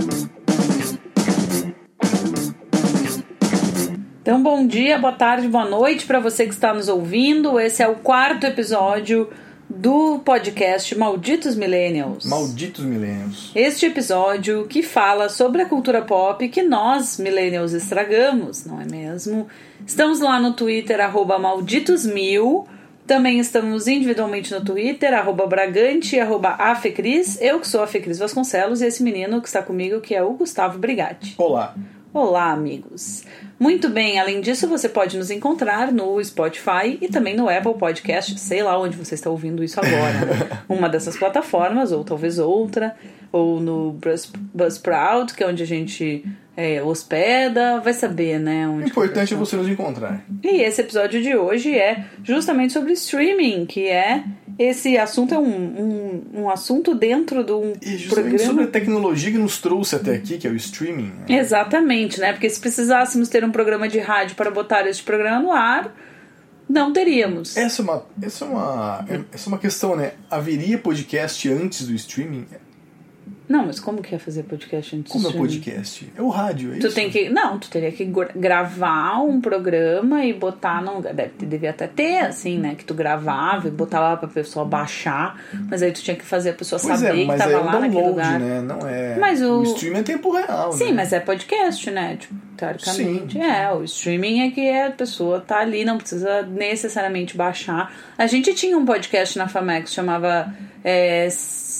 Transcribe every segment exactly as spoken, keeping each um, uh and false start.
Então, bom dia, boa tarde, boa noite para você que está nos ouvindo. Esse é o quarto episódio do podcast Malditos Millennials. Malditos Millennials. Este episódio que fala sobre a cultura pop que nós, millennials, estragamos, não é mesmo? Estamos lá no Twitter, arroba malditosmil. Também estamos individualmente no Twitter, arroba Bragante, arroba Afecris. Eu que sou a Fecris Vasconcelos e esse menino que está comigo, que é o Gustavo Brigatti. Olá. Olá, amigos. Muito bem, além disso, você pode nos encontrar no Spotify e também no Apple Podcast, sei lá onde você está ouvindo isso agora. Uma dessas plataformas, ou talvez outra, ou no Buzz, Buzzsprout, que é onde a gente é, hospeda, vai saber, né? Onde o importante é você nos encontrar. E esse episódio de hoje é justamente sobre streaming, que é... Esse assunto é um, um, um assunto dentro de um e justamente programa... sobre a tecnologia que nos trouxe até aqui, que é o streaming. Né? Exatamente, né? Porque se precisássemos ter um programa de rádio para botar este programa no ar, não teríamos. Essa é uma, essa é uma, essa é uma questão, né? Haveria podcast antes do streaming? Não, mas como que é fazer podcast antes Como do é streaming? podcast? É o rádio, é tu isso? Tem que, não, tu teria que gravar um programa e botar num... Deve, devia até ter, assim, né? Que tu gravava e botava pra pessoa baixar, mas aí tu tinha que fazer a pessoa pois saber é, que tava é lá naquele download, lugar. Né? Não é... Mas o... o streaming é tempo real, Sim, né? mas é podcast, né? Tipo, teoricamente. Sim. É, o streaming é que a pessoa tá ali, não precisa necessariamente baixar. A gente tinha um podcast na Famex, chamava é,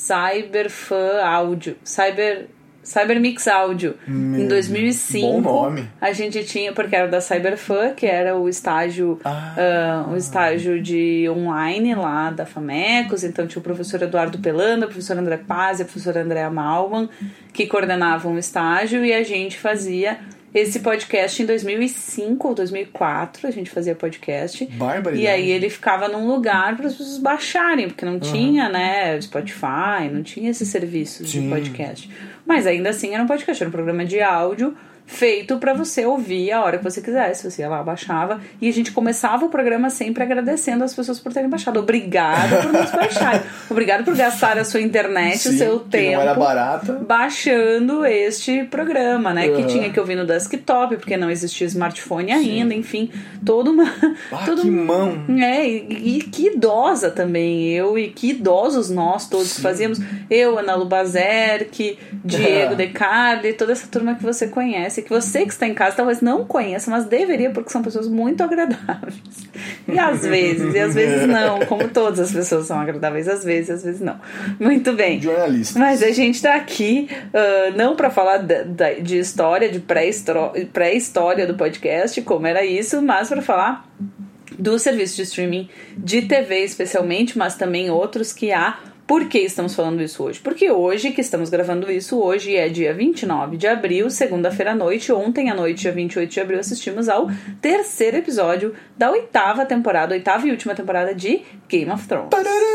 Cyberfan Áudio. Cyber... Cybermix Áudio. Meu em dois mil e cinco, bom nome. A gente tinha, porque era da Cyberfan, que era o estágio, ah. uh, o estágio de online lá da Famecos. Então tinha o professor Eduardo Pelanda, o professor André Paz e a professora Andréa Malman, que coordenavam o estágio, e a gente fazia esse podcast em dois mil e cinco ou dois mil e quatro, a gente fazia podcast. Barbaridade. E aí ele ficava num lugar para as pessoas baixarem, porque não uhum. tinha, né, Spotify, não tinha esses serviços Sim. de podcast. Mas ainda assim era um podcast, era um programa de áudio feito para você ouvir a hora que você quisesse. Você ia lá, baixava, e a gente começava o programa sempre agradecendo as pessoas por terem baixado. Obrigada por nos baixarem. Obrigado por gastar a sua internet, Sim, o seu que tempo não era barata. baixando este programa, né? Uhum. Que tinha que ouvir no desktop, porque não existia smartphone ainda, Sim. enfim, toda uma... Ah, todo que mão! É, e, e que idosa também, eu, e que idosos nós todos Sim. que fazíamos. Eu, Ana Lu Bazerque, Diego De Carli, toda essa turma que você conhece, que você que está em casa talvez não conheça, mas deveria, porque são pessoas muito agradáveis. E às vezes, e às vezes não, como todas as pessoas são agradáveis, às vezes, às vezes não. Muito bem. Jornalista. Mas a gente está aqui uh, não para falar de, de, de história, de pré-história, pré-história do podcast, como era isso, mas para falar do serviço de streaming de T V especialmente, mas também outros que há. Por que estamos falando isso hoje? Porque hoje, que estamos gravando isso, hoje é dia vinte e nove de abril, segunda-feira à noite. Ontem à noite, dia vinte e oito de abril, assistimos ao terceiro episódio da oitava temporada, oitava e última temporada de Game of Thrones.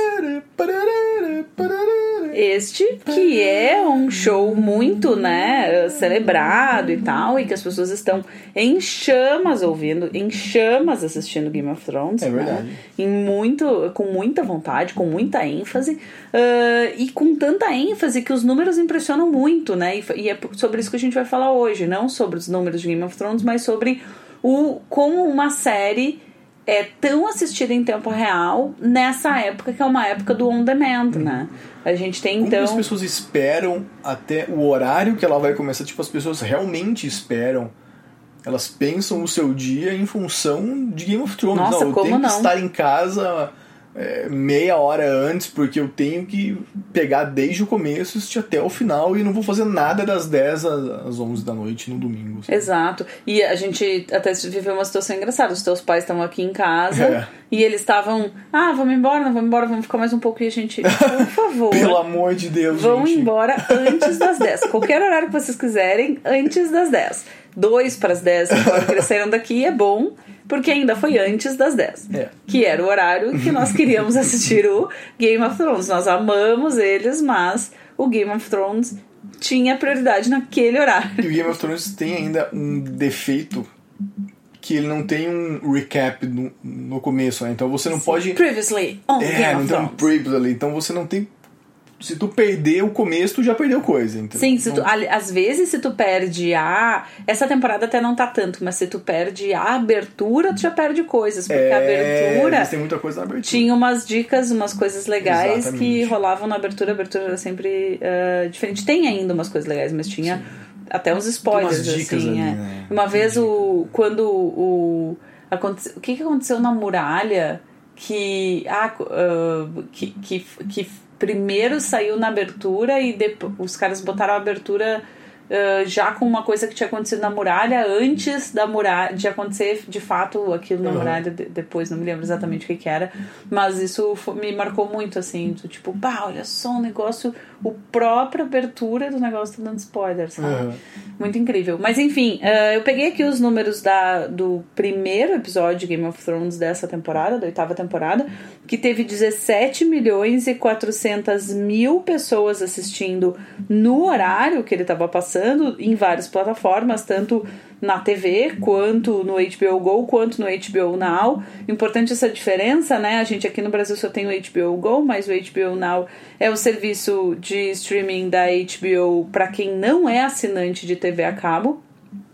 Este que é um show muito, né, celebrado e tal, e que as pessoas estão em chamas ouvindo, em chamas assistindo Game of Thrones. É verdade. Né? Em muito, com muita vontade, com muita ênfase. Uh, e com tanta ênfase que os números impressionam muito, né? E, e é sobre isso que a gente vai falar hoje, não sobre os números de Game of Thrones, mas sobre o, como uma série é tão assistida em tempo real nessa época, que é uma época do on demand, né? A gente tem, então... Como as pessoas esperam até o horário que ela vai começar, tipo, as pessoas realmente esperam. Elas pensam o seu dia em função de Game of Thrones. Nossa, não, eu como tenho não? que estar em casa... É, meia hora antes, porque eu tenho que pegar desde o começo assistir até o final, e não vou fazer nada das dez às onze da noite no domingo. Sabe? Exato. E a gente até viveu uma situação engraçada. Os teus pais estavam aqui em casa é. e eles estavam, ah, vamos embora, não vamos embora, vamos ficar mais um pouco. E a gente, por favor, pelo amor de Deus, vão gente. embora antes das dez. Qualquer horário que vocês quiserem, antes das dez. Dois para as dez, que cresceram daqui, é bom, porque ainda foi antes das dez. É. Que era o horário que nós queríamos assistir o Game of Thrones. Nós amamos eles, mas o Game of Thrones tinha prioridade naquele horário. E o Game of Thrones tem ainda um defeito, que ele não tem um recap no, no começo, né? Então você não Sim. pode... Previously on é, Game não of tem um Thrones. previously ali. Então você não tem se tu perder o começo, tu já perdeu coisa. Então, Sim, se não... tu, às vezes se tu perde a... Essa temporada até não tá tanto, mas se tu perde a abertura, tu já perde coisas. Porque é, a abertura... tem muita coisa na abertura. Tinha umas dicas, umas coisas legais Exatamente. que rolavam na abertura. A abertura era sempre uh, diferente. Tem ainda umas coisas legais, mas tinha Sim. até uns spoilers, umas dicas assim. ali, É. né? Uma vez, o, quando o... Aconte, o que, que aconteceu na muralha que... Ah, uh, que, que, que primeiro saiu na abertura e depois, os caras botaram a abertura uh, já com uma coisa que tinha acontecido na muralha antes da muralha, de acontecer de fato aquilo na uhum. muralha de, depois, não me lembro exatamente o que que era, mas isso foi, me marcou muito, assim, do, tipo, pá, olha só um negócio, o própria abertura do negócio tá dando spoiler, sabe? Uhum. Muito incrível. Mas enfim, uh, eu peguei aqui os números da, do primeiro episódio de Game of Thrones dessa temporada, da oitava temporada, que teve dezessete milhões e quatrocentas mil pessoas assistindo no horário que ele estava passando em várias plataformas, tanto na T V, quanto no H B O Go, quanto no H B O Now. Importante essa diferença, né? A gente aqui no Brasil só tem o H B O Go, mas o H B O Now é o serviço de streaming da H B O para quem não é assinante de T V a cabo,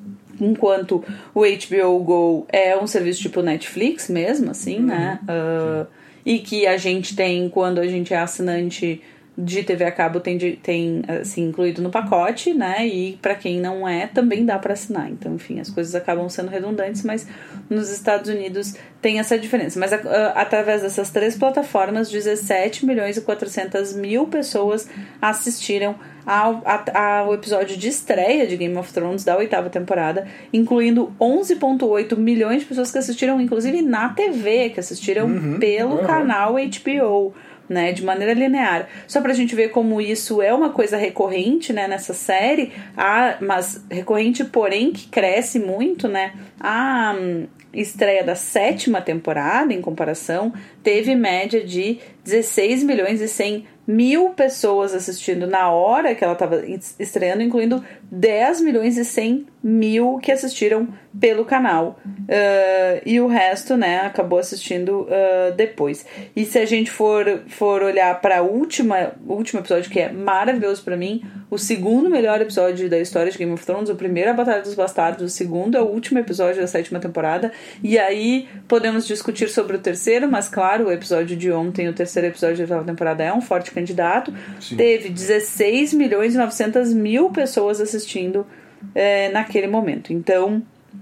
enquanto o H B O Go é um serviço tipo Netflix mesmo, assim, uhum. né? Uh, e que a gente tem quando a gente é assinante de T V a cabo, tem, de, tem assim, incluído no pacote, né? E para quem não é, também dá para assinar. Então, enfim, as coisas acabam sendo redundantes, mas nos Estados Unidos tem essa diferença. Mas a, a, através dessas três plataformas, dezessete milhões e quatrocentas mil pessoas assistiram ao, a, ao episódio de estreia de Game of Thrones da oitava temporada, incluindo onze vírgula oito milhões de pessoas que assistiram, inclusive na T V, que assistiram uhum, pelo uhum. canal H B O. Né, de maneira linear. Só pra gente ver como isso é uma coisa recorrente, né, nessa série, a, mas recorrente, porém, que cresce muito, né? A hum, estreia da sétima temporada, em comparação, teve média de dezesseis milhões e cem mil pessoas assistindo na hora que ela estava estreando, incluindo dez milhões e cem mil que assistiram pelo canal. Uh, e o resto, né, acabou assistindo uh, depois. E se a gente for, for olhar para o último episódio, que é maravilhoso para mim, o segundo melhor episódio da história de Game of Thrones, o primeiro é a Batalha dos Bastardos, o segundo é o último episódio da sétima temporada, e aí podemos discutir sobre o terceiro, mas claro, o episódio de ontem, o terceiro episódio da oitava temporada é um forte candidato. Sim. Teve dezesseis milhões e novecentas mil pessoas assistindo é, naquele momento. Então,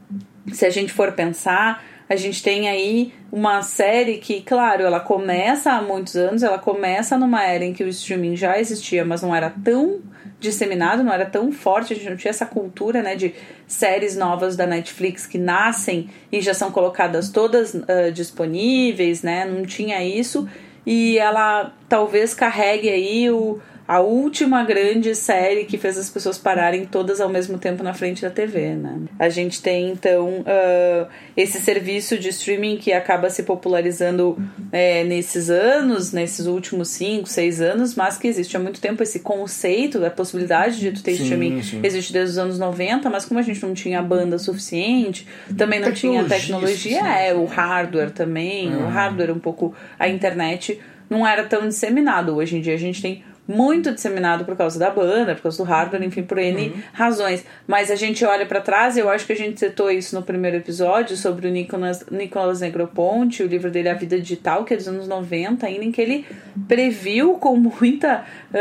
se a gente for pensar, a gente tem aí uma série que, claro, ela começa há muitos anos, ela começa numa era em que o streaming já existia, mas não era tão disseminado, não era tão forte, a gente não tinha essa cultura, né, de séries novas da Netflix que nascem e já são colocadas todas uh, disponíveis, né, não tinha isso, e ela talvez carregue aí o a última grande série que fez as pessoas pararem todas ao mesmo tempo na frente da T V, né? A gente tem, então, uh, esse serviço de streaming que acaba se popularizando é, nesses anos, nesses últimos cinco, seis anos, mas que existe há muito tempo esse conceito, a possibilidade de tu ter sim, streaming sim. existe desde os anos noventa, mas como a gente não tinha banda suficiente, também não tecnologia, tinha tecnologia, sim, é, sim. o hardware também, uhum. o hardware um pouco, a internet não era tão disseminado. Hoje em dia a gente tem muito disseminado por causa da banda, por causa do hardware, enfim, por N uhum. razões. Mas a gente olha pra trás, eu acho que a gente citou isso no primeiro episódio, sobre o Nicolas, Nicolas Negroponte, o livro dele A Vida Digital, que é dos anos noventa, ainda em que ele previu com muita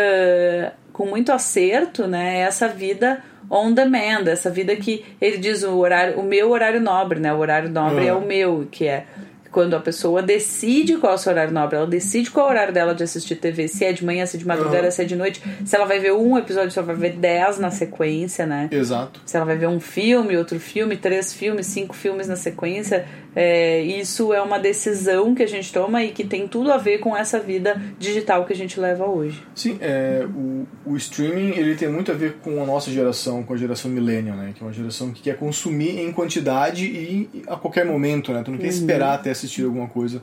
uh, com muito acerto, né, essa vida on demand, essa vida que ele diz o horário, o meu horário nobre, né, o horário nobre uhum. é o meu, que é quando a pessoa decide qual é o seu horário nobre, ela decide qual é o horário dela de assistir T V, se é de manhã, se é de madrugada, uhum. se é de noite, se ela vai ver um episódio, se ela vai ver dez na sequência, né? Exato. Se ela vai ver um filme, outro filme, três filmes, cinco filmes na sequência, é, isso é uma decisão que a gente toma e que tem tudo a ver com essa vida digital que a gente leva hoje. Sim, é, o, o streaming, ele tem muito a ver com a nossa geração, com a geração millennial, né? Que é uma geração que quer consumir em quantidade e a qualquer momento, né? Tu não quer uhum. esperar até assistir alguma coisa,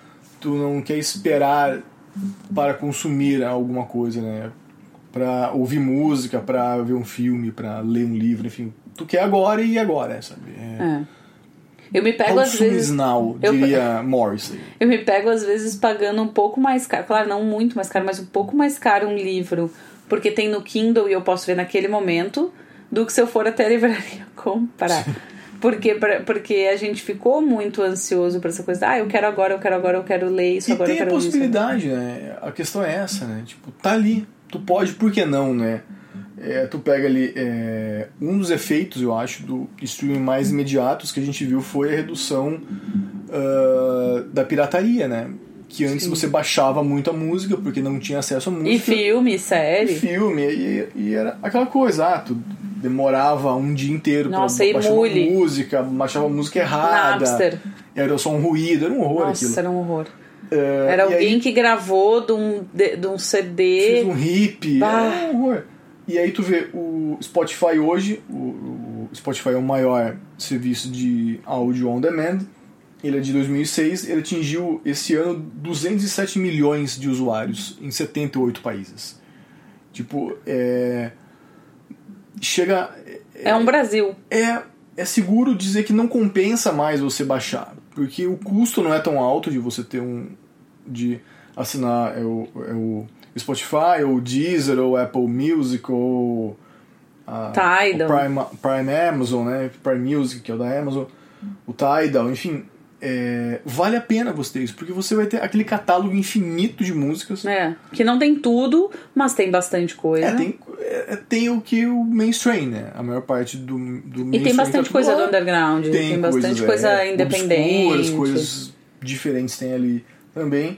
tu não quer esperar para consumir alguma coisa, né? Para ouvir música, para ver um filme, para ler um livro, enfim, tu quer agora e agora, sabe? É... É. Eu me pego How às soon vezes... is now, eu, diria Morrissey. Eu me pego às vezes pagando um pouco mais caro. Claro, não muito mais caro, mas um pouco mais caro um livro. Porque tem no Kindle e eu posso ver naquele momento, do que se eu for até a livraria comprar. Porque, porque a gente ficou muito ansioso por essa coisa. Ah, eu quero agora, eu quero agora, eu quero ler isso, e agora eu quero ler isso. E tem a possibilidade, né? A questão é essa, né? Tipo, tá ali. Tu pode, por que não, né? É, tu pega ali... É, um dos efeitos, eu acho, do streaming mais imediatos que a gente viu foi a redução uh, da pirataria, né? Que antes Sim. você baixava muito a música porque não tinha acesso à música. E filme, série. E filme. E, e era aquela coisa, ah, tu demorava um dia inteiro Nossa, pra baixar uma mule. música, baixava a música errada. Napster. Era só um ruído, era um horror Nossa, aquilo. era um horror. Uh, era alguém aí, que gravou de um, de, de um C D. Fez um hip, bah. Era um horror. E aí tu vê o Spotify hoje, o, o Spotify é o maior serviço de áudio on demand. Ele é de dois mil e seis, ele atingiu esse ano duzentos e sete milhões de usuários em setenta e oito países. Tipo, é... Chega... É, é um Brasil. É, é seguro dizer que não compensa mais você baixar, porque o custo não é tão alto de você ter um... de assinar é o, é o Spotify, ou Deezer, ou Apple Music, ou... A, Tidal. O Prime, Prime Amazon, né? Prime Music, que é o da Amazon. O Tidal, enfim... É, vale a pena você ter isso, porque você vai ter aquele catálogo infinito de músicas. É, que não tem tudo, mas tem bastante coisa. É, tem, é, tem o que o mainstream, né? A maior parte do, do mainstream. E tem bastante tá coisa lá. do underground, tem, tem bastante coisas, coisa é, independente. Obscuras, coisas diferentes tem ali também.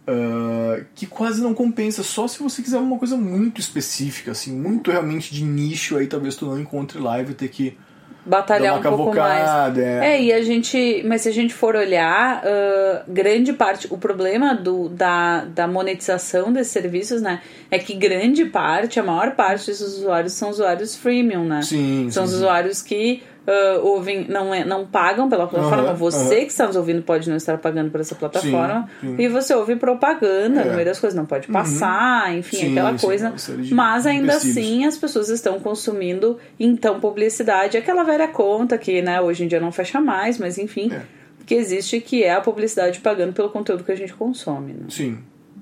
Uh, que quase não compensa, só se você quiser uma coisa muito específica, assim, muito realmente de nicho, aí talvez tu não encontre lá e vai ter que batalhar um pouco mais. É. é, e a gente... Mas se a gente for olhar, uh, grande parte... O problema do, da, da monetização desses serviços, né? É que grande parte, a maior parte desses usuários são usuários freemium, né? Sim, são sim, os sim. usuários que uh, ouvem, não, é, não pagam pela plataforma. Uhum, você uhum. que está nos ouvindo pode não estar pagando por essa plataforma. Sim, sim. E você ouve propaganda, É. no meio das coisas. Não pode passar, uhum. enfim, sim, aquela sim, coisa. De, mas ainda de assim as pessoas estão consumindo, então, publicidade. Aquela velha conta que, né, hoje em dia não fecha mais, mas enfim, é. que existe, que é a publicidade pagando pelo conteúdo que a gente consome. Né? Sim.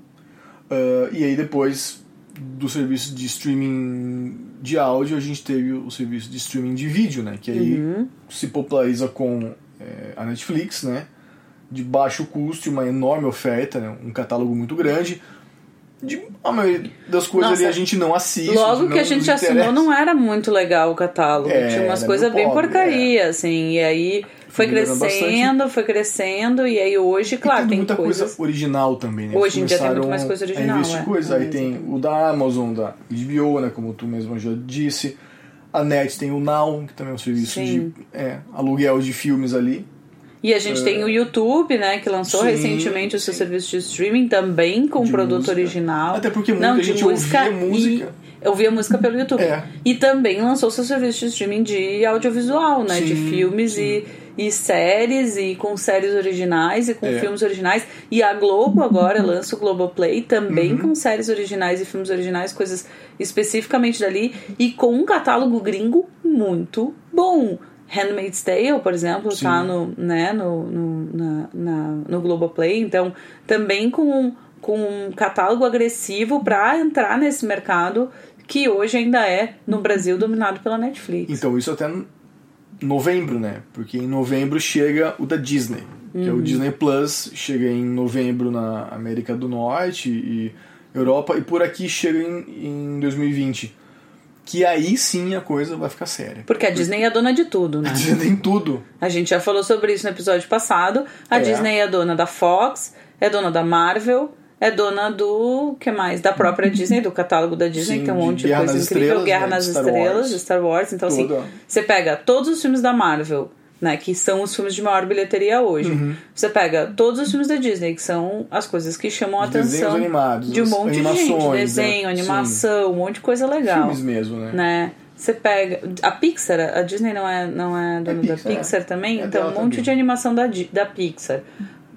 Uh, e aí depois do serviço de streaming de áudio, a gente teve o serviço de streaming de vídeo, né? Que aí uhum. se populariza com é, a Netflix, né? De baixo custo e uma enorme oferta, né? Um catálogo muito grande. De, a maioria das coisas Nossa, ali a gente não assiste. Logo não que a gente assinou não era muito legal o catálogo. É, tinha umas coisas bem pobre, porcaria, é. assim. E aí foi crescendo, bastante. foi crescendo. E aí hoje, claro, tem, tem muita coisas... coisa original também, né? Hoje em dia tem muito mais coisa original. A investir é. coisas. É, aí tem o da Amazon, da H B O, né? Como tu mesmo já disse. A Net tem o Now, que também é um serviço Sim. de é, aluguel de filmes ali. E a gente uh, tem o YouTube, né, que lançou sim, recentemente o seu sim. serviço de streaming também com de produto música. original. Até porque muita Não, gente música ouvia música. Eu ouvia música pelo YouTube. É. E também lançou seu serviço de streaming de audiovisual, né, sim, de filmes e, e séries, e com séries originais e com é. filmes originais. E a Globo agora lança o Globoplay também uhum. com séries originais e filmes originais, coisas especificamente dali, e com um catálogo gringo muito bom. Handmaid's Tale, por exemplo, Sim. tá no, né, no, no, na, na, no Globoplay, então também com, com um catálogo agressivo para entrar nesse mercado que hoje ainda é, no Brasil, dominado pela Netflix. Então, isso até novembro, né? Porque em novembro chega o da Disney, que uhum. é o Disney Plus, chega em novembro na América do Norte e Europa, e por aqui chega em, em dois mil e vinte. Que aí sim a coisa vai ficar séria. Porque a Disney é a dona de tudo, né? A Disney tem tudo. A gente já falou sobre isso no episódio passado. A é. Disney é dona da Fox, é dona da Marvel, é dona do... que mais? Da própria Disney, do catálogo da Disney, sim, tem um monte de, de coisa incrível. Guerra né? nas Star Estrelas, Wars. Star Wars. Então, Tudo. assim, você pega todos os filmes da Marvel, né, que são os filmes de maior bilheteria hoje. Uhum. Você pega todos os filmes da Disney, que são as coisas que chamam a de atenção animados, de um monte de gente. Desenho, né? animação, um monte de coisa legal. Filmes mesmo, né? né? Você pega... A Pixar, a Disney não é, não é dona é da Pixar, Pixar é. também? É então, um monte também. de animação da, da Pixar.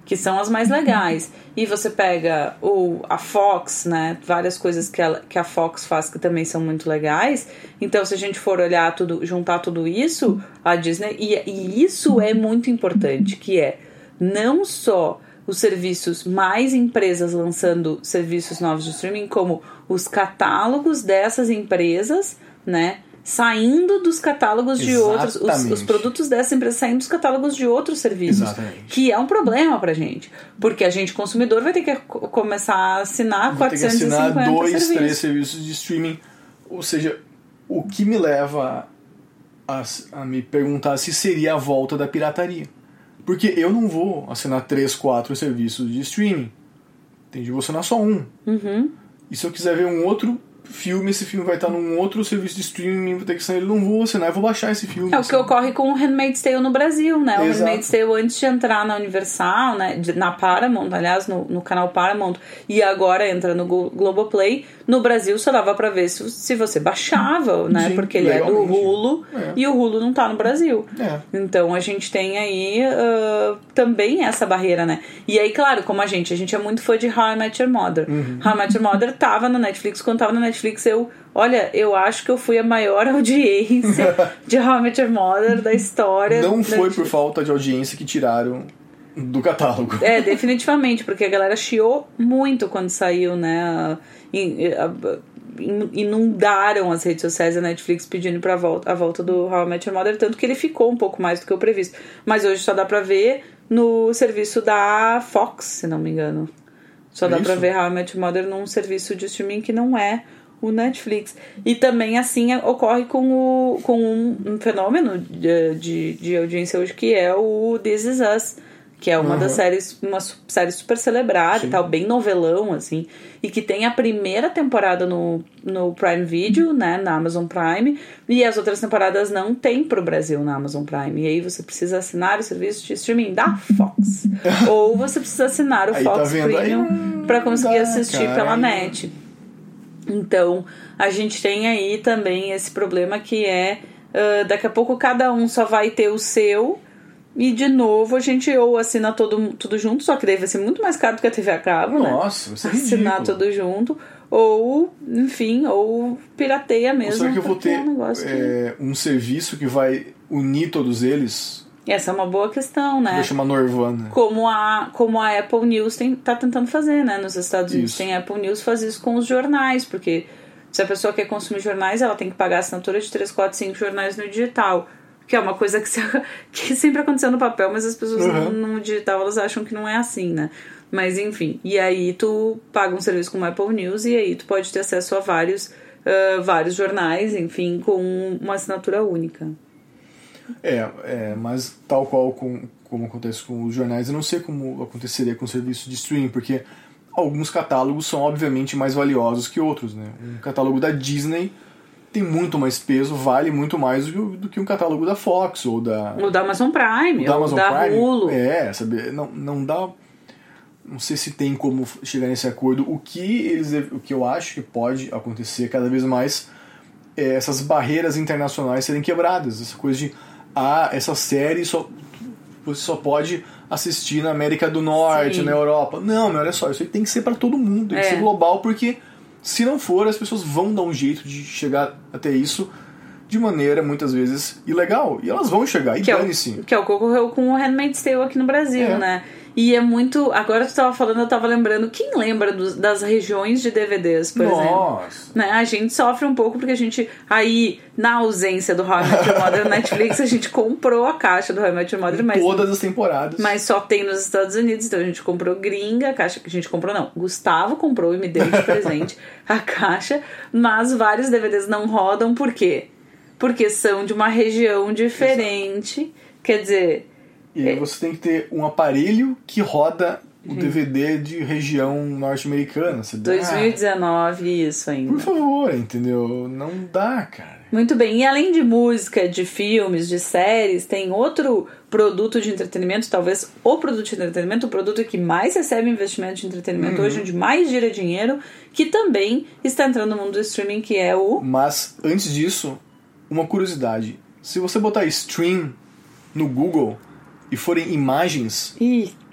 que são as mais legais. E você pega o, a Fox, né? Várias coisas que, ela, que a Fox faz que também são muito legais. Então, se a gente for olhar tudo, juntar tudo isso, a Disney... E, e isso é muito importante, que é não só os serviços, mais empresas lançando serviços novos de streaming, como os catálogos dessas empresas, né? Saindo dos catálogos de outros, os, os produtos dessa empresa saindo dos catálogos de outros serviços. Exatamente. Que é um problema pra gente, porque a gente, consumidor, vai ter que começar a assinar quatrocentos e cinquenta serviços. Vai ter que assinar dois, serviços. três serviços de streaming. Ou seja, o que me leva a, a me perguntar se seria a volta da pirataria. Porque eu não vou assinar três, quatro serviços de streaming. Entendi, vou assinar só um. Uhum. E se eu quiser ver um outro filme, esse filme vai estar num outro serviço de streaming, vou ter que sair, eu não vou assinar, eu vou baixar esse filme. É o assim. que ocorre com o Handmaid's Tale no Brasil, né? O Exato. Handmaid's Tale, antes de entrar na Universal, né? de, na Paramount, aliás, no, no canal Paramount, e agora entra no Globoplay, no Brasil só dava pra ver se, se você baixava, né? Sim, porque ele legalmente. É do Hulu, é. E o Hulu não tá no Brasil. É. Então a gente tem aí uh, também essa barreira, né? E aí, claro, como a gente, a gente é muito fã de How I Met Your Mother. Uhum. How I Met Your Mother tava na Netflix, quando tava na Netflix eu... Olha, eu acho que eu fui a maior audiência de How I Met Your Mother da história. Não foi Netflix. por falta de audiência que tiraram do catálogo. É, definitivamente, porque a galera chiou muito quando saiu, né? Inundaram as redes sociais da Netflix pedindo pra volta, a volta do How I Met Your Mother, tanto que ele ficou um pouco mais do que o previsto. Mas hoje só dá pra ver no serviço da Fox, se não me engano. Só é dá isso? pra ver How I Met Your Mother num serviço de streaming que não é o Netflix. E também assim ocorre com, o, com um, um fenômeno de, de, de audiência hoje, que é o This Is Us, que é uma uhum. das séries, uma série super celebrada e tal, bem novelão, assim, e que tem a primeira temporada no, no Prime Video, né, na Amazon Prime, e as outras temporadas não tem pro Brasil na Amazon Prime, e aí você precisa assinar o serviço de streaming da Fox, ou você precisa assinar o aí Fox tá Premium aí, pra conseguir dá, assistir cara. pela net. Então, a gente tem aí também esse problema que é, uh, daqui a pouco cada um só vai ter o seu, e de novo a gente ou assina todo, tudo junto, só que daí vai ser muito mais caro do que a T V a cabo, Nossa, né? Isso é assinar ridículo. tudo junto, ou, enfim, ou pirateia mesmo. Ou será que eu vou ter é um, negócio é, que... um serviço que vai unir todos eles? Essa é uma boa questão, né? Vai chamar Norvana. Como a, como a Apple News tem, tá tentando fazer, né? Nos Estados Unidos isso. tem a Apple News, faz isso com os jornais, porque se a pessoa quer consumir jornais, ela tem que pagar a assinatura de três, quatro, cinco jornais no digital, que é uma coisa que, se, que sempre aconteceu no papel, mas as pessoas uhum. no, no digital elas acham que não é assim, né? Mas enfim, e aí tu paga um serviço como a Apple News e aí tu pode ter acesso a vários, uh, vários jornais, enfim, com uma assinatura única. É, é, mas tal qual com, como acontece com os jornais, eu não sei como aconteceria com o serviço de streaming, porque alguns catálogos são obviamente mais valiosos que outros, né? Um catálogo da Disney tem muito mais peso, vale muito mais do que, do que um catálogo da Fox ou da... Ou da Amazon Prime, da ou Amazon da Prime. Hulu. É, sabe? Não, não dá... Não sei se tem como chegar nesse acordo. O que, eles, o que eu acho que pode acontecer cada vez mais é essas barreiras internacionais serem quebradas. Essa coisa de, ah, essa série só, você só pode assistir na América do Norte, Sim. na Europa. Não, mas olha só, isso aí tem que ser para todo mundo, tem é. que ser global, porque se não for, as pessoas vão dar um jeito de chegar até isso de maneira, muitas vezes, ilegal. E elas vão chegar, e dane-se. Que é o que ocorreu com o Handmaid's Tale aqui no Brasil, é. né? E é muito... Agora tu tava falando, eu tava lembrando... Quem lembra dos, das regiões de D V Ds, por Nossa. exemplo? Né? A gente sofre um pouco porque a gente... Aí, na ausência do How I Met Your Mother na Netflix, a gente comprou a caixa do How I Met Your Mother. Mas, todas as temporadas. Mas só tem nos Estados Unidos. Então a gente comprou gringa, a caixa que a gente comprou... Não, Gustavo comprou e me deu de presente a caixa. Mas vários D V Ds não rodam. Por quê? Porque são de uma região diferente. Exato. Quer dizer... E aí você tem que ter um aparelho que roda o D V D de região norte-americana. dois mil e dezenove, ah, isso ainda. Por favor, entendeu? Não dá, cara. Muito bem. E além de música, de filmes, de séries, tem outro produto de entretenimento, talvez o produto de entretenimento, o produto que mais recebe investimento de entretenimento uhum. hoje, onde mais gira dinheiro, que também está entrando no mundo do streaming, que é o... Mas, antes disso, uma curiosidade. Se você botar stream no Google... e forem imagens, Ih.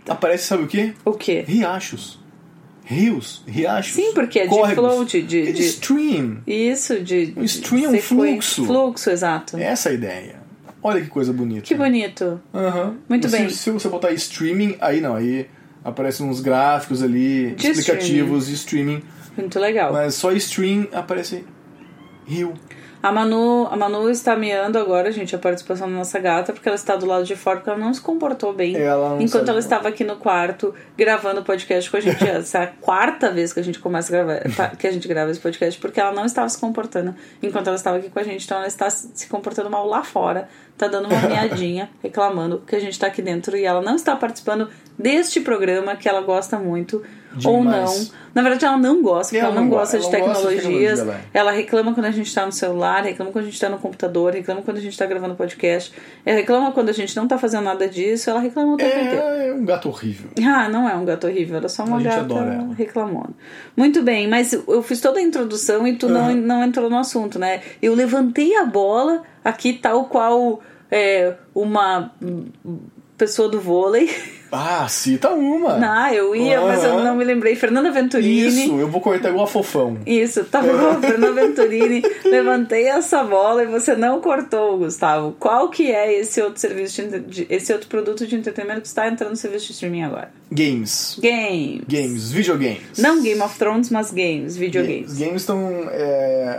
aparece, sabe o quê? O quê? Riachos. Rios, riachos. Sim, porque é de córregos. flow, de... de, É de stream. Isso, de... Um stream é um fluxo. Fluxo, exato. Essa é a ideia. Olha que coisa bonita. Que bonito. Uhum. Muito se, bem. Se você botar streaming, aí não, aí aparecem uns gráficos ali, de explicativos streaming. de streaming. Muito legal. Mas só stream aparece rio. A Manu, a Manu está meando agora, gente, a participação da nossa gata, porque ela está do lado de fora, porque ela não se comportou bem. Ela não enquanto sabe ela estava aqui no quarto, gravando o podcast com a gente. Essa é a quarta vez que a gente começa a gravar, que a gente grava esse podcast, porque ela não estava se comportando enquanto ela estava aqui com a gente. Então ela está se comportando mal lá fora, tá dando uma meadinha, reclamando que a gente está aqui dentro e ela não está participando deste programa que ela gosta muito. Demais. Ou não. Na verdade, ela não gosta, porque ela, ela não gosta, de, ela tecnologias. gosta de tecnologias. Ela reclama quando a gente tá no celular, reclama quando a gente tá no computador, reclama quando a gente tá gravando podcast. Ela reclama quando a gente não tá fazendo nada disso, ela reclama o tempo inteiro. É um gato horrível. Ah, não é um gato horrível, ela é só uma gata reclamando. Muito bem, mas eu fiz toda a introdução e tu uhum. não, não entrou no assunto, né? Eu levantei a bola aqui tal qual é, uma pessoa do vôlei. Ah, cita uma. Não, eu ia, uhum. mas eu não me lembrei. Fernanda Venturini. Isso, eu vou cortar igual a Fofão. Isso, tá bom, Fernanda Venturini. Levantei essa bola e você não cortou, Gustavo. Qual que é esse outro serviço, de, esse outro produto de entretenimento que está entrando no serviço de streaming agora? Games. Games. Games, videogames. Não Game of Thrones, mas games, videogames. Games, games estão... É,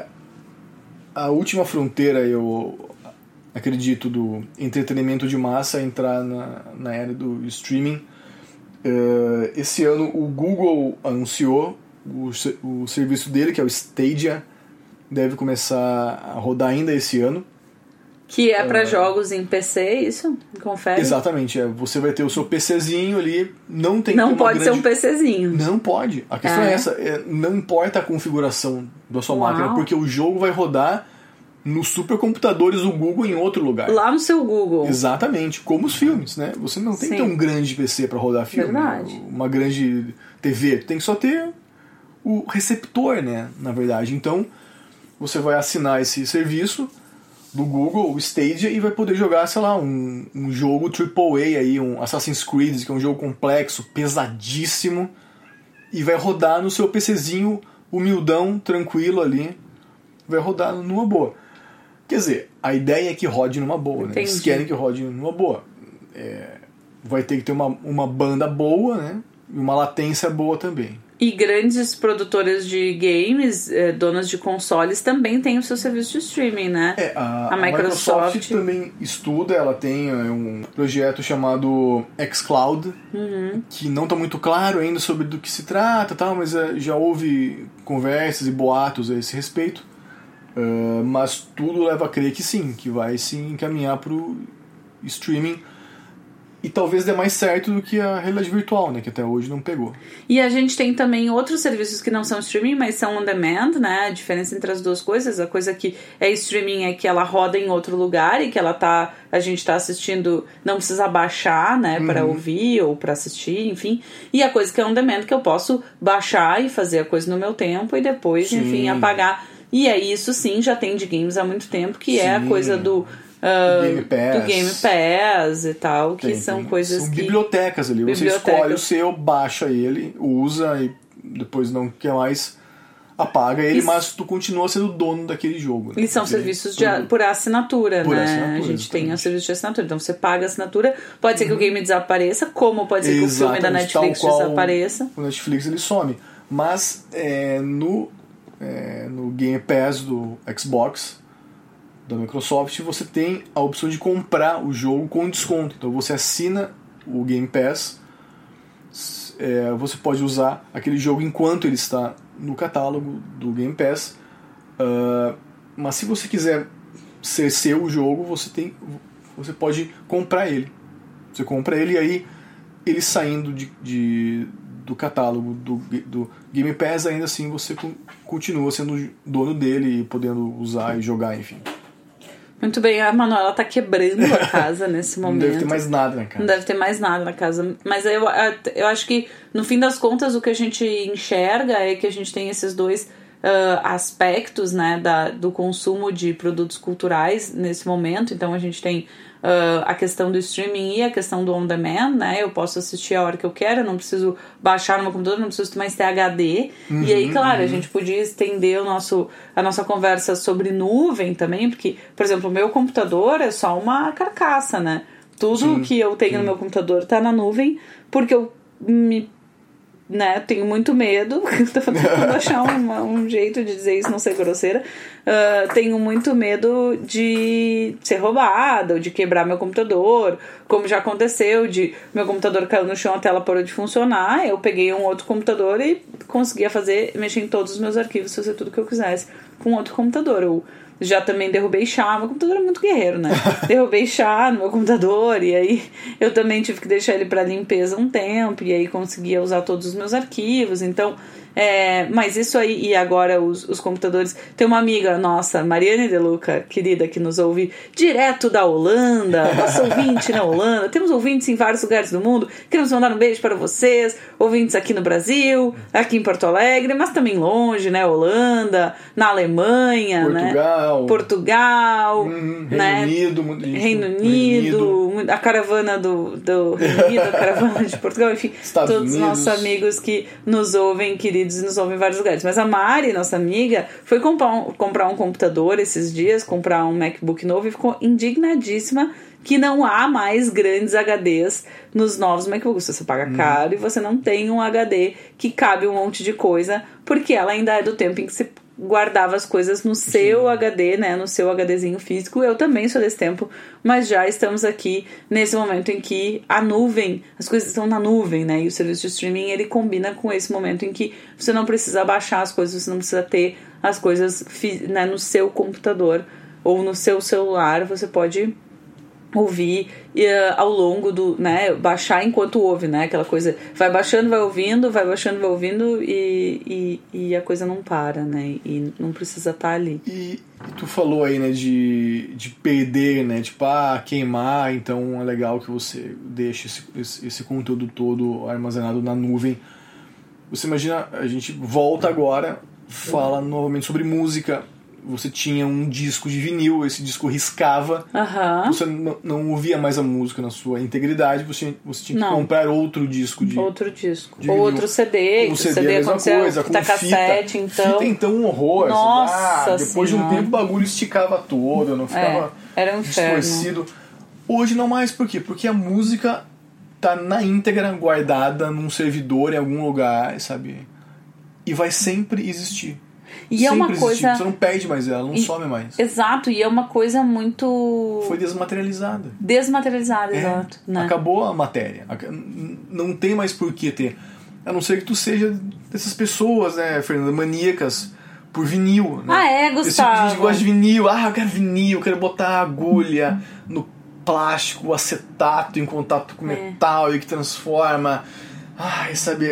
a última fronteira, eu... acredito, do entretenimento de massa entrar na, na era do streaming. Uh, esse ano o Google anunciou o, o serviço dele, que é o Stadia, deve começar a rodar ainda esse ano. Que é para uh, jogos em P C, isso? Confere? Exatamente, é, você vai ter o seu PCzinho ali, não tem Não que ter pode uma ser grande... um PCzinho. Não pode, a questão ah, é essa, é, não importa a configuração da sua Uau. máquina, porque o jogo vai rodar nos supercomputadores do Google em outro lugar. Lá no seu Google. Exatamente, como os filmes, né? Você não tem Sim. que ter um grande P C para rodar filme, verdade. Uma grande T V. Tem que só ter o receptor, né? Na verdade. Então, você vai assinar esse serviço do Google, o Stadia, e vai poder jogar, sei lá, um, um jogo triplo A aí, um Assassin's Creed, que é um jogo complexo, pesadíssimo, e vai rodar no seu PCzinho humildão, tranquilo ali. Vai rodar numa boa. Quer dizer, a ideia é que rode numa boa, né? Eles querem que rode numa boa. É, vai ter que ter uma, uma banda boa, né? E uma latência boa também. E grandes produtoras de games, eh, donas de consoles, também têm o seu serviço de streaming, né? É, a, a, Microsoft... a Microsoft também estuda, ela tem um projeto chamado xCloud, uhum. que não está muito claro ainda sobre do que se trata, tal, mas uh, já houve conversas e boatos a esse respeito. Uh, mas tudo leva a crer que sim, que vai se encaminhar para o streaming e talvez dê mais certo do que a realidade virtual, né, que até hoje não pegou. E a gente tem também outros serviços que não são streaming, mas são on demand, né? A diferença entre as duas coisas, a coisa que é streaming é que ela roda em outro lugar e que ela tá, a gente tá assistindo, não precisa baixar, né, para uhum. ouvir ou para assistir, enfim. E a coisa que é on demand, que eu posso baixar e fazer a coisa no meu tempo e depois, sim. enfim, apagar. E é isso sim, já tem de games há muito tempo, que sim. é a coisa do, uh, Game Pass. do Game Pass e tal, que tem, são tem. coisas são que... bibliotecas ali, bibliotecas. Você escolhe o seu, baixa ele, usa e depois não quer mais, apaga ele, isso. mas tu continua sendo dono daquele jogo. Né? E são Porque serviços de, por assinatura, por né? Assinatura, a gente exatamente. tem um serviço de assinatura, então você paga a assinatura, pode ser que uhum. o game desapareça, como pode ser que exatamente, o filme da Netflix desapareça. O Netflix ele some, mas é, no... É, no Game Pass do Xbox da Microsoft você tem a opção de comprar o jogo com desconto. Então você assina o Game Pass, é, você pode usar aquele jogo enquanto ele está no catálogo do Game Pass, uh, mas se você quiser ser seu o jogo, você, tem, você pode comprar ele. Você compra ele e aí ele saindo de, de do catálogo do, do Game Pass, ainda assim você continua sendo dono dele e podendo usar e jogar, enfim. Muito bem, a Manuela tá quebrando a casa nesse momento. Não deve ter mais nada na casa. Não deve ter mais nada na casa. Mas eu, eu acho que, no fim das contas, o que a gente enxerga é que a gente tem esses dois uh, aspectos, né, da, do consumo de produtos culturais nesse momento. Então a gente tem uh, a questão do streaming e a questão do on demand, né? Eu posso assistir a hora que eu quero, eu não preciso baixar no meu computador, não preciso mais ter H D. Uhum, e aí, claro, uhum. a gente podia estender o nosso, a nossa conversa sobre nuvem também, porque, por exemplo, o meu computador é só uma carcaça, né? Tudo sim, que eu tenho sim. no meu computador tá na nuvem, porque eu me né, tenho muito medo, tô tentando achar um, um jeito de dizer isso, não ser grosseira, uh, tenho muito medo de ser roubada, ou de quebrar meu computador, como já aconteceu, de meu computador caiu no chão, a tela parou de funcionar, eu peguei um outro computador e conseguia fazer, mexer em todos os meus arquivos, fazer tudo que eu quisesse com outro computador. Eu já também derrubei chá, meu computador é muito guerreiro, né? Derrubei chá no meu computador e aí eu também tive que deixar ele para limpeza um tempo e aí conseguia usar todos os meus arquivos, então é, mas isso aí, e agora os, os computadores, tem uma amiga nossa, Mariane De Luca, querida, que nos ouve direto da Holanda, nossa ouvinte na Holanda, temos ouvintes em vários lugares do mundo, queremos mandar um beijo para vocês, ouvintes aqui no Brasil, aqui em Porto Alegre, mas também longe, né, Holanda, na Alemanha, Portugal, né? Portugal, hum, né? Reino Unido, Reino Unido, Unido, a caravana do, do Reino Unido, a caravana de Portugal, enfim, Estados todos os nossos amigos que nos ouvem, queridos, e nos ouvem em vários lugares. Mas a Mari, nossa amiga, foi comprar um, comprar um computador esses dias, comprar um MacBook novo e ficou indignadíssima que não há mais grandes H Ds nos novos MacBooks. Você paga caro hum. e você não tem um H D que cabe um monte de coisa, porque ela ainda é do tempo em que se guardava as coisas no seu Sim. H D, né, no seu HDzinho físico. Eu também sou desse tempo, mas já estamos aqui nesse momento em que a nuvem, as coisas estão na nuvem, né, e o serviço de streaming, ele combina com esse momento em que você não precisa baixar as coisas, você não precisa ter as coisas, né, no seu computador ou no seu celular, você pode ouvir uh, ao longo do, né, baixar enquanto ouve, né, aquela coisa, vai baixando, vai ouvindo, vai baixando, vai ouvindo e, e, e a coisa não para, né, e não precisa estar ali. E, e tu falou aí, né, de, de perder, né, tipo, ah, queimar, então é legal que você deixe esse, esse, esse conteúdo todo armazenado na nuvem. Você imagina, a gente volta agora, fala novamente sobre música. Você tinha um disco de vinil, esse disco riscava, uhum. você não, não ouvia mais a música na sua integridade, você, você tinha que não. comprar outro disco de Outro disco. De Ou outro C D, o C D, C D é a mesma coisa, fita com cassete, fita. então... Fita, então, um horror. Nossa assim, ah, depois senhora. de um tempo o bagulho esticava todo, não ficava é, era um distorcido. Hoje não mais, por quê? Porque a música tá na íntegra guardada num servidor em algum lugar, sabe? E vai sempre existir. E é uma coisa... Você não perde mais ela, não e... some mais. Exato, e é uma coisa muito... Foi desmaterializada. Desmaterializada, é, exato. Né? Acabou a matéria. Não tem mais por que ter. A não ser que tu seja dessas pessoas, né, Fernanda, maníacas por vinil. Né? Ah, é, Gustavo? Esse tipo de gente que gosta de vinil. Ah, eu quero vinil, eu quero botar a agulha no plástico, o acetato em contato com é. metal e que transforma... Ai, sabe...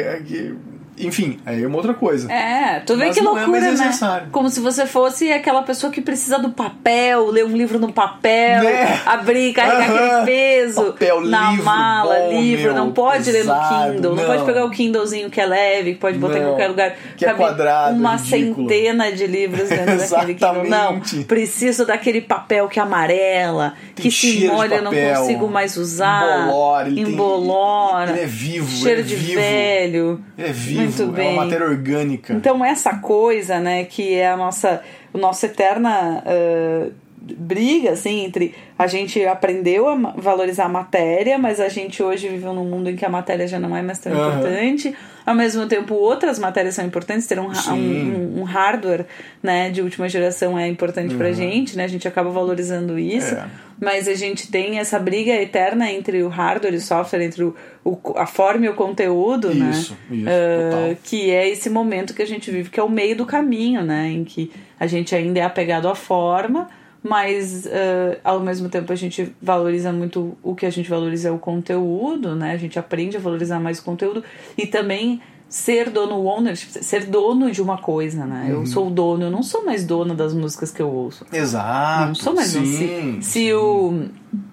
Enfim, aí é uma outra coisa. É, tu vê Mas que não loucura, é mais né? necessário. Como se você fosse aquela pessoa que precisa do papel, ler um livro no papel, né? abrir, carregar uhum. aquele peso papel, na livro, mala, bom, livro. meu, Não pode pesado, ler no Kindle, não. não pode pegar o Kindlezinho que é leve, que pode botar não, em qualquer lugar. Que é quadrado, uma ridículo. centena de livros dentro daquele Kindle. Não, preciso daquele papel que amarela, tem que se molha, eu não consigo mais usar. Embolora, ele embolora. Tem, ele é vivo, cheiro ele é de vivo, velho. Ele é vivo, Muito bem. É uma matéria orgânica. Então essa coisa, né, que é a nossa, a nossa eterna uh, briga, assim, entre a gente aprendeu a valorizar a matéria, mas a gente hoje vive num mundo em que a matéria já não é mais tão uhum. importante. Ao mesmo tempo, outras matérias são importantes. Ter um, um, um, um hardware, né, de última geração é importante uhum. pra gente, né? A gente acaba valorizando isso. É. Mas a gente tem essa briga eterna entre o hardware e o software, entre o, o, a forma e o conteúdo, isso, né? Isso, uh, total. Que é esse momento que a gente vive, que é o meio do caminho, né? Em que a gente ainda é apegado à forma, mas uh, ao mesmo tempo a gente valoriza muito, o que a gente valoriza é o conteúdo, né? A gente aprende a valorizar mais o conteúdo e também ser dono, owner, ser dono de uma coisa, né? Uhum. Eu sou o dono, eu não sou mais dona das músicas que eu ouço. Exato. Não sou mais sim, dono. Se, se sim. o...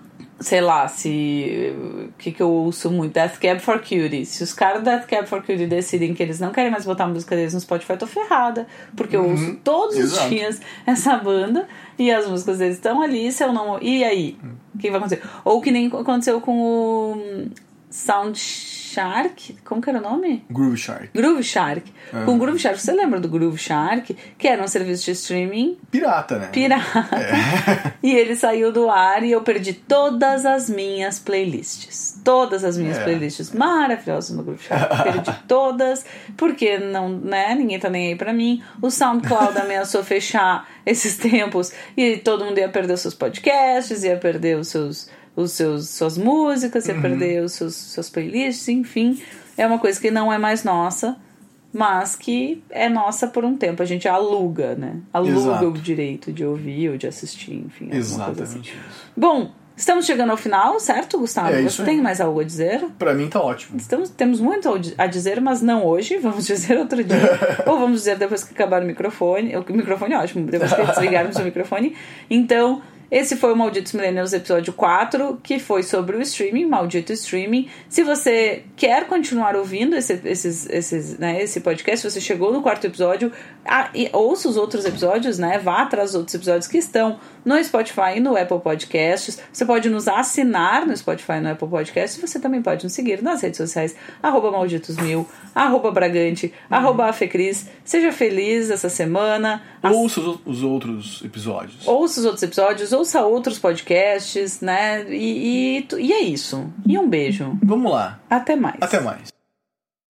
sei lá, se... O que que eu ouço muito? Death Cab for Cutie. Se os caras da Death Cab for Cutie decidem que eles não querem mais botar a música deles no Spotify, eu tô ferrada. Porque eu Uhum, ouço todos exato. os dias essa banda e as músicas deles estão ali, se eu não... E aí? O que vai acontecer? Ou que nem aconteceu com o Sound Shark, como que era o nome? Groove Shark. Groove Shark. Ah. Com o Groove Shark, você lembra do Groove Shark? Que era um serviço de streaming Pirata, né? pirata. É. E ele saiu do ar e eu perdi todas as minhas playlists. Todas as minhas É. playlists maravilhosas no Groove Shark. Perdi todas, porque não, né, ninguém tá nem aí pra mim. O SoundCloud ameaçou fechar esses tempos e todo mundo ia perder os seus podcasts, ia perder os seus... os seus, suas músicas, ia Uhum. perder os seus, suas playlists, enfim. É uma coisa que não é mais nossa, mas que é nossa por um tempo. A gente aluga, né? Aluga Exato. o direito de ouvir ou de assistir, enfim. alguma coisa assim. Exatamente isso. Bom, estamos chegando ao final, certo, Gustavo? É isso Você aí. tem mais algo a dizer? Pra mim tá ótimo. Estamos, temos muito a dizer, mas não hoje. Vamos dizer outro dia. Ou vamos dizer depois que acabar o microfone. O microfone é ótimo, depois que desligarmos o microfone. Então... Esse foi o Malditos Millennials episódio quatro, que foi sobre o streaming, maldito streaming. Se você quer continuar ouvindo esse, esses, esses, né, esse podcast, se você chegou no quarto episódio, ah, e ouça os outros episódios, né? Vá atrás dos outros episódios que estão no Spotify e no Apple Podcasts. Você pode nos assinar no Spotify e no Apple Podcasts. Você também pode nos seguir nas redes sociais, arroba malditosmil, arroba bragante, uhum. arroba afecris. Seja feliz essa semana. Ouça os, os outros episódios. Ouça os outros episódios, ouça outros podcasts, né? E, e, e é isso. E um beijo. Vamos lá. Até mais. Até mais.